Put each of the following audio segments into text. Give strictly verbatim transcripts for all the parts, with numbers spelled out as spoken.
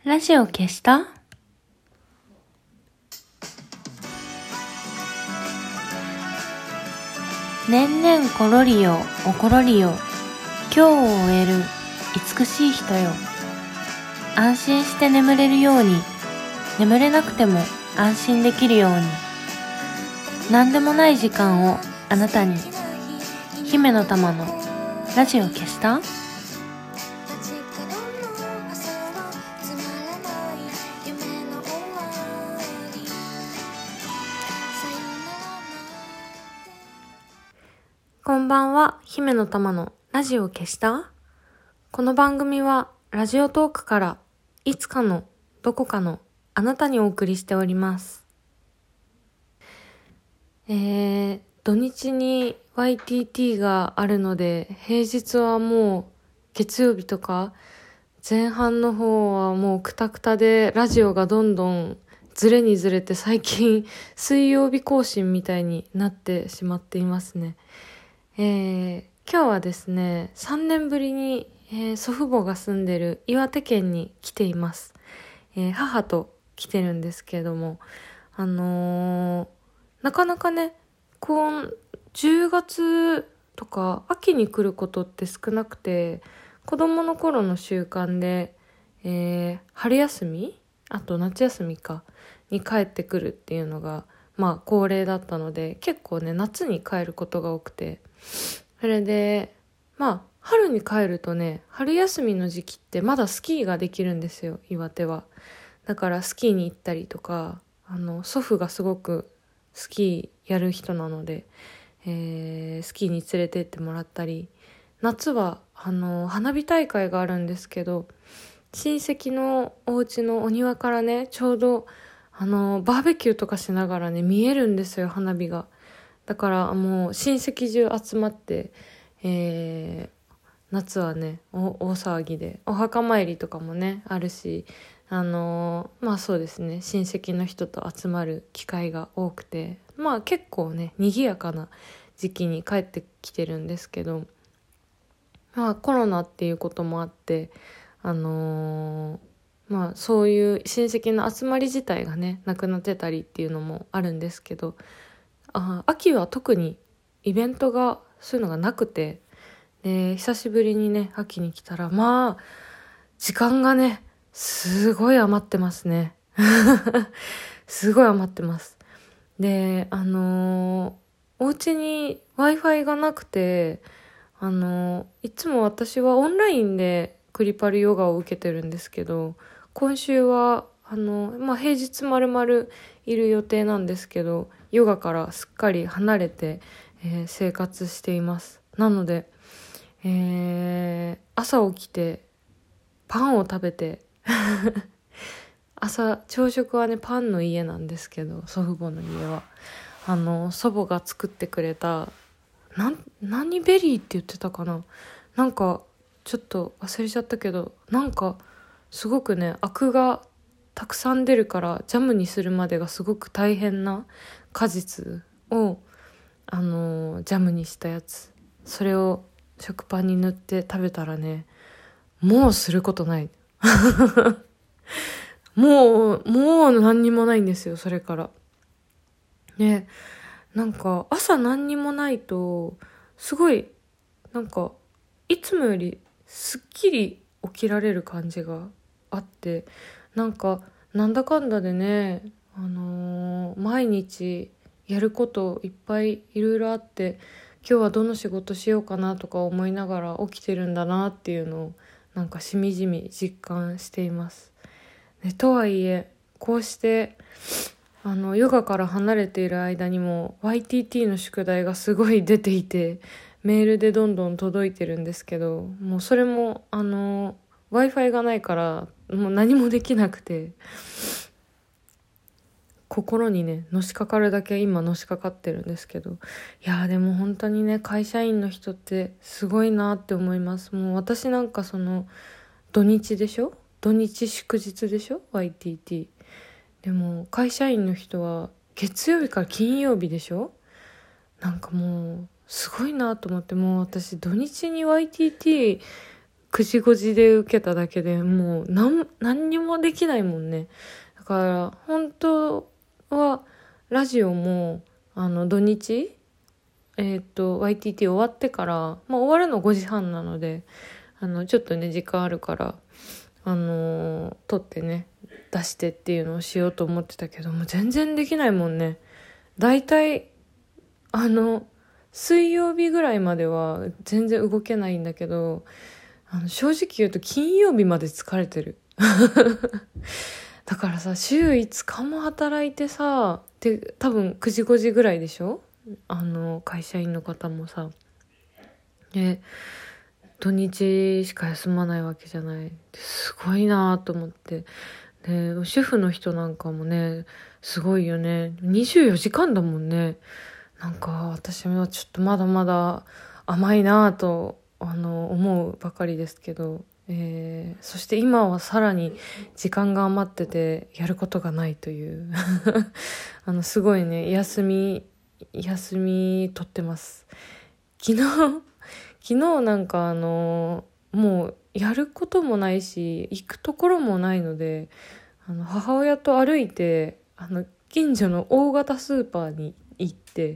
ラジオ消した？年々ころりよおころりよ、今日を終える美しい人よ。安心して眠れるように、眠れなくても安心できるように、何でもない時間をあなたに。姫の玉のラジオ消した？こんばんは、姫の玉のラジオ消した？この番組はラジオトークからいつかのどこかのあなたにお送りしております。えー、土日に ワイティーティー があるので、平日はもう月曜日とか前半の方はもうクタクタでラジオがどんどんずれにずれて、最近水曜日更新みたいになってしまっていますね。えー、今日はですね、さんねんぶりに、えー、祖父母が住んでる岩手県に来ています。えー、母と来てるんですけれども、あのー、なかなかね、こう、じゅうがつとか秋に来ることって少なくて、子供の頃の習慣で、えー、春休み？あと夏休みか、に帰ってくるっていうのが、まあ恒例だったので、結構ね、夏に帰ることが多くて、それで、まあ、春に帰るとね、春休みの時期ってまだスキーができるんですよ、岩手は。だからスキーに行ったりとか、あの、祖父がすごくスキーやる人なので、えー、スキーに連れてってもらったり、夏は、あの、花火大会があるんですけど、親戚のお家のお庭からね、ちょうど、あの、バーベキューとかしながらね、見えるんですよ、花火が。だからもう親戚中集まって、えー、夏はねお大騒ぎで、お墓参りとかもねあるし、あのー、まあそうですね、親戚の人と集まる機会が多くて、まあ結構ね賑やかな時期に帰ってきてるんですけど、まあコロナっていうこともあって、あのー、まあそういう親戚の集まり自体がねなくなってたりっていうのもあるんですけど、あ、秋は特にイベントがそういうのがなくて、で久しぶりにね秋に来たら、まあ時間がねすごい余ってますね。すごい余ってます。であのー、お家に Wi-Fi がなくて、あのー、いつも私はオンラインでクリパルヨガを受けてるんですけど、今週はあの、まあ、平日丸々いる予定なんですけど、ヨガからすっかり離れて、えー生活しています。なので、えー朝起きてパンを食べて朝朝食はねパンの家なんですけど、祖父母の家はあの祖母が作ってくれた、なん何ベリーって言ってたかな、なんかちょっと忘れちゃったけど、なんかすごくねアクがたくさん出るからジャムにするまでがすごく大変な果実を、あのージャムにしたやつ、それを食パンに塗って食べたらね、もうすることない。もうもう何にもないんですよ、それからね。なんか朝何にもないとすごい、なんかいつもよりすっきり起きられる感じがあって、なんかなんだかんだでね、あのー毎日やることいっぱいいろいろあって、今日はどの仕事しようかなとか思いながら起きてるんだなっていうのを、なんかしみじみ実感しています、ね。とはいえこうしてあのヨガから離れている間にも ワイティーティー の宿題がすごい出ていて、メールでどんどん届いてるんですけど、もうそれもあの Wi-Fi がないからもう何もできなくて、心にねのしかかるだけ今のしかかってるんですけど、いやーでも本当にね会社員の人ってすごいなって思います。もう私なんかその土日でしょ、土日祝日でしょ ワイティーティー でも会社員の人は月曜日から金曜日でしょ。なんかもうすごいなと思って、もう私土日に ワイティーティーくじごじで受けただけでもう何、何にもできないもんね。だから本当はラジオもあの土日えっと ワイティーティー 終わってから、まあ終わるのごじはんなので、あのちょっとね時間あるからあのー、撮ってね出してっていうのをしようと思ってたけども全然できないもんね。だいたいあの水曜日ぐらいまでは全然動けないんだけど、あの正直言うと金曜日まで疲れてるだからさ週いつかも働いてさで多分くじごじぐらいでしょ、あの会社員の方もさで土日しか休まないわけじゃない。すごいなと思って。で主婦の人なんかもねすごいよね。にじゅうよじかんだもんね。なんか私はちょっとまだまだ甘いなとあの思うばかりですけど、えー、そして今はさらに時間が余っててやることがないというあのすごいね休み休み取ってます。昨日昨日なんかあのもうやることもないし行くところもないので、あの母親と歩いてあの近所の大型スーパーに行って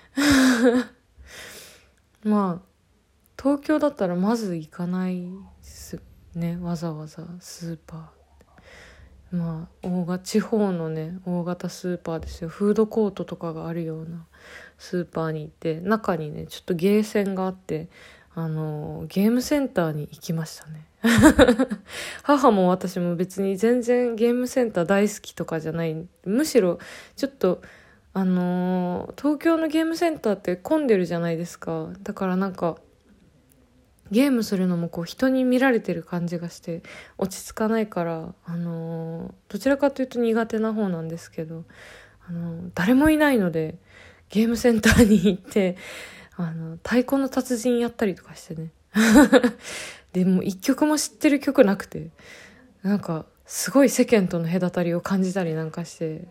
まあ東京だったらまず行かないですね、わざわざスーパー。まあ大型地方のね大型スーパーですよ。フードコートとかがあるようなスーパーに行って、中にねちょっとゲーセンがあって、あのゲームセンターに行きましたね母も私も別に全然ゲームセンター大好きとかじゃない、むしろちょっとあの東京のゲームセンターって混んでるじゃないですか。だからなんかゲームするのもこう人に見られてる感じがして落ち着かないから、あのー、どちらかというと苦手な方なんですけど、あのー、誰もいないのでゲームセンターに行ってあの太鼓の達人やったりとかしてねでも一曲も知ってる曲なくて、なんかすごい世間との隔たりを感じたりなんかして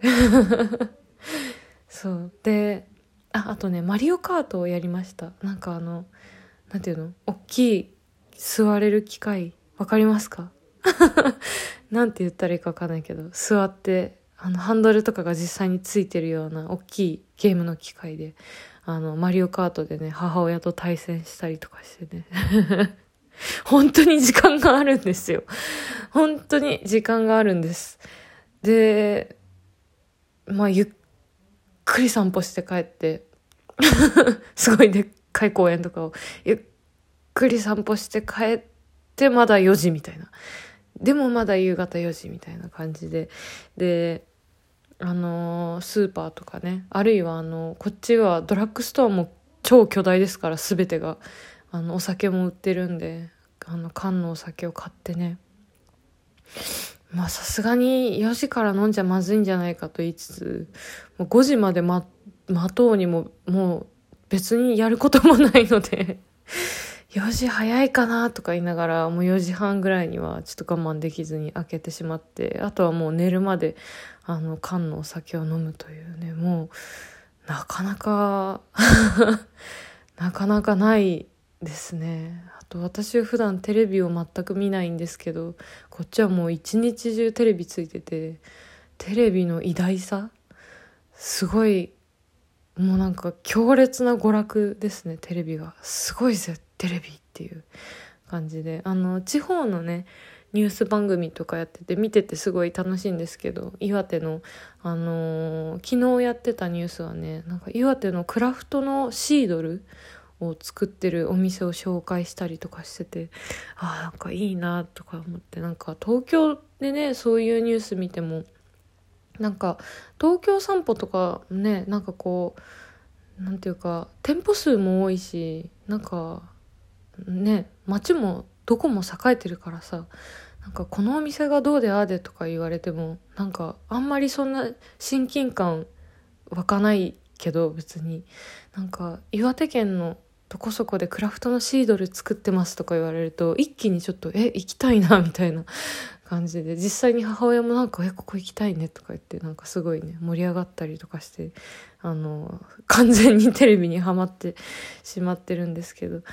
そうで、ああとねマリオカートをやりました。なんかあのなんていうの、大きい座れる機械わかりますかなんて言ったらいいかわかんないけど、座ってあのハンドルとかが実際についてるような大きいゲームの機械で、あのマリオカートでね母親と対戦したりとかしてね本当に時間があるんですよ。本当に時間があるんです。でまあゆっくり散歩して帰ってすごいでっかい公園とかをゆっくり散歩して帰ってまだよじみたいな、でもまだ夕方よじみたいな感じで、であのー、スーパーとかね、あるいはあのこっちはドラッグストアも超巨大ですから、全てがあのお酒も売ってるんで、あの缶のお酒を買ってね、まあさすがによじから飲んじゃまずいんじゃないかと言いつつ、もうごじまで待待とうにももう別にやることもないのでよじ早いかなとか言いながら、もうよじはんぐらいにはちょっと我慢できずに開けてしまって、あとはもう寝るまであの缶のお酒を飲むというね、もうなかなかなかなかないですね。あと私は普段テレビを全く見ないんですけど、こっちはもう一日中テレビついてて、テレビの偉大さすごい、もうなんか強烈な娯楽ですね。テレビがすごいぜテレビっていう感じで、あの地方のねニュース番組とかやってて見ててすごい楽しいんですけど、岩手のあのー、昨日やってたニュースはね、なんか岩手のクラフトのシードルを作ってるお店を紹介したりとかしてて、あーなんかいいなとか思って、なんか東京でねそういうニュース見ても、なんか東京散歩とかね、なんかこうなんていうか店舗数も多いし、なんかね街もどこも栄えてるからさ、なんかこのお店がどうでああでとか言われてもなんかあんまりそんな親近感湧かないけど、別になんか岩手県のどこそこでクラフトのシードル作ってますとか言われると一気にちょっとえ行きたいなみたいな感じで、実際に母親もなんかえここ行きたいねとか言ってなんかすごいね盛り上がったりとかして、あの完全にテレビにはまってしまってるんですけど、あ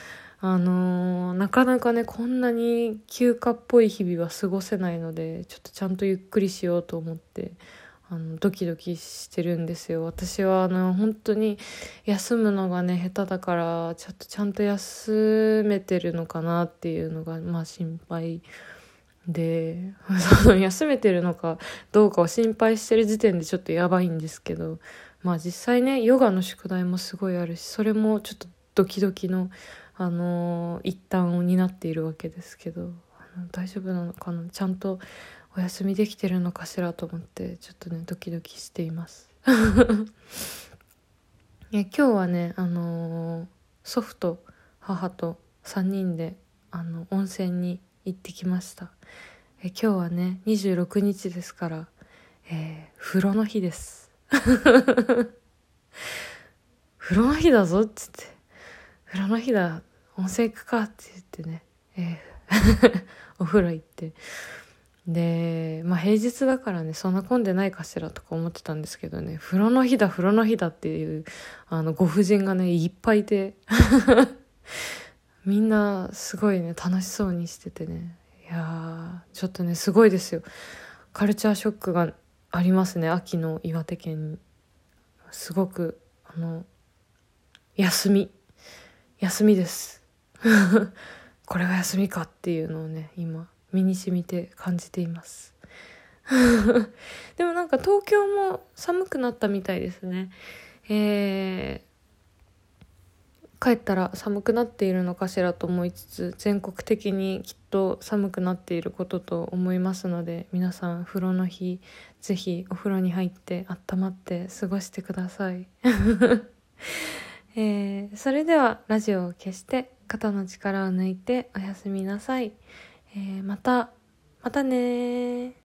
あのー、なかなかねこんなに休暇っぽい日々は過ごせないので、ちょっとちゃんとゆっくりしようと思ってあのドキドキしてるんですよ。私はあの本当に休むのがね下手だから、ちょっとちゃんと休めてるのかなっていうのがまあ心配で、その休めてるのかどうかを心配してる時点でちょっとやばいんですけど、まあ実際ねヨガの宿題もすごいあるし、それもちょっとドキドキのあのー、一端を担っているわけですけど、あの大丈夫なのかな、ちゃんとお休みできてるのかしらと思ってちょっとねドキドキしていますえ今日はねあのー、祖父と母とさんにんであの温泉に行ってきました。え今日はねにじゅうろくにちですから、えー、風呂の日です風呂の日だぞっつって、風呂の日だ温泉行くかって言ってね、えー、お風呂行って、でまあ平日だからねそんな混んでないかしらとか思ってたんですけどね、風呂の日だ風呂の日だっていうあのご婦人がねいっぱいいてみんなすごいね楽しそうにしててね、いやーちょっとねすごいですよ。カルチャーショックがありますね。秋の岩手県にすごくあの休み休みですこれが休みかっていうのをね今身に染みて感じていますでもなんか東京も寒くなったみたいですね。えー、帰ったら寒くなっているのかしらと思いつつ、全国的にきっと寒くなっていることと思いますので、皆さん風呂の日ぜひお風呂に入って温まって過ごしてくださいえー、それではラジオを消して肩の力を抜いておやすみなさい。えー、またまたねー。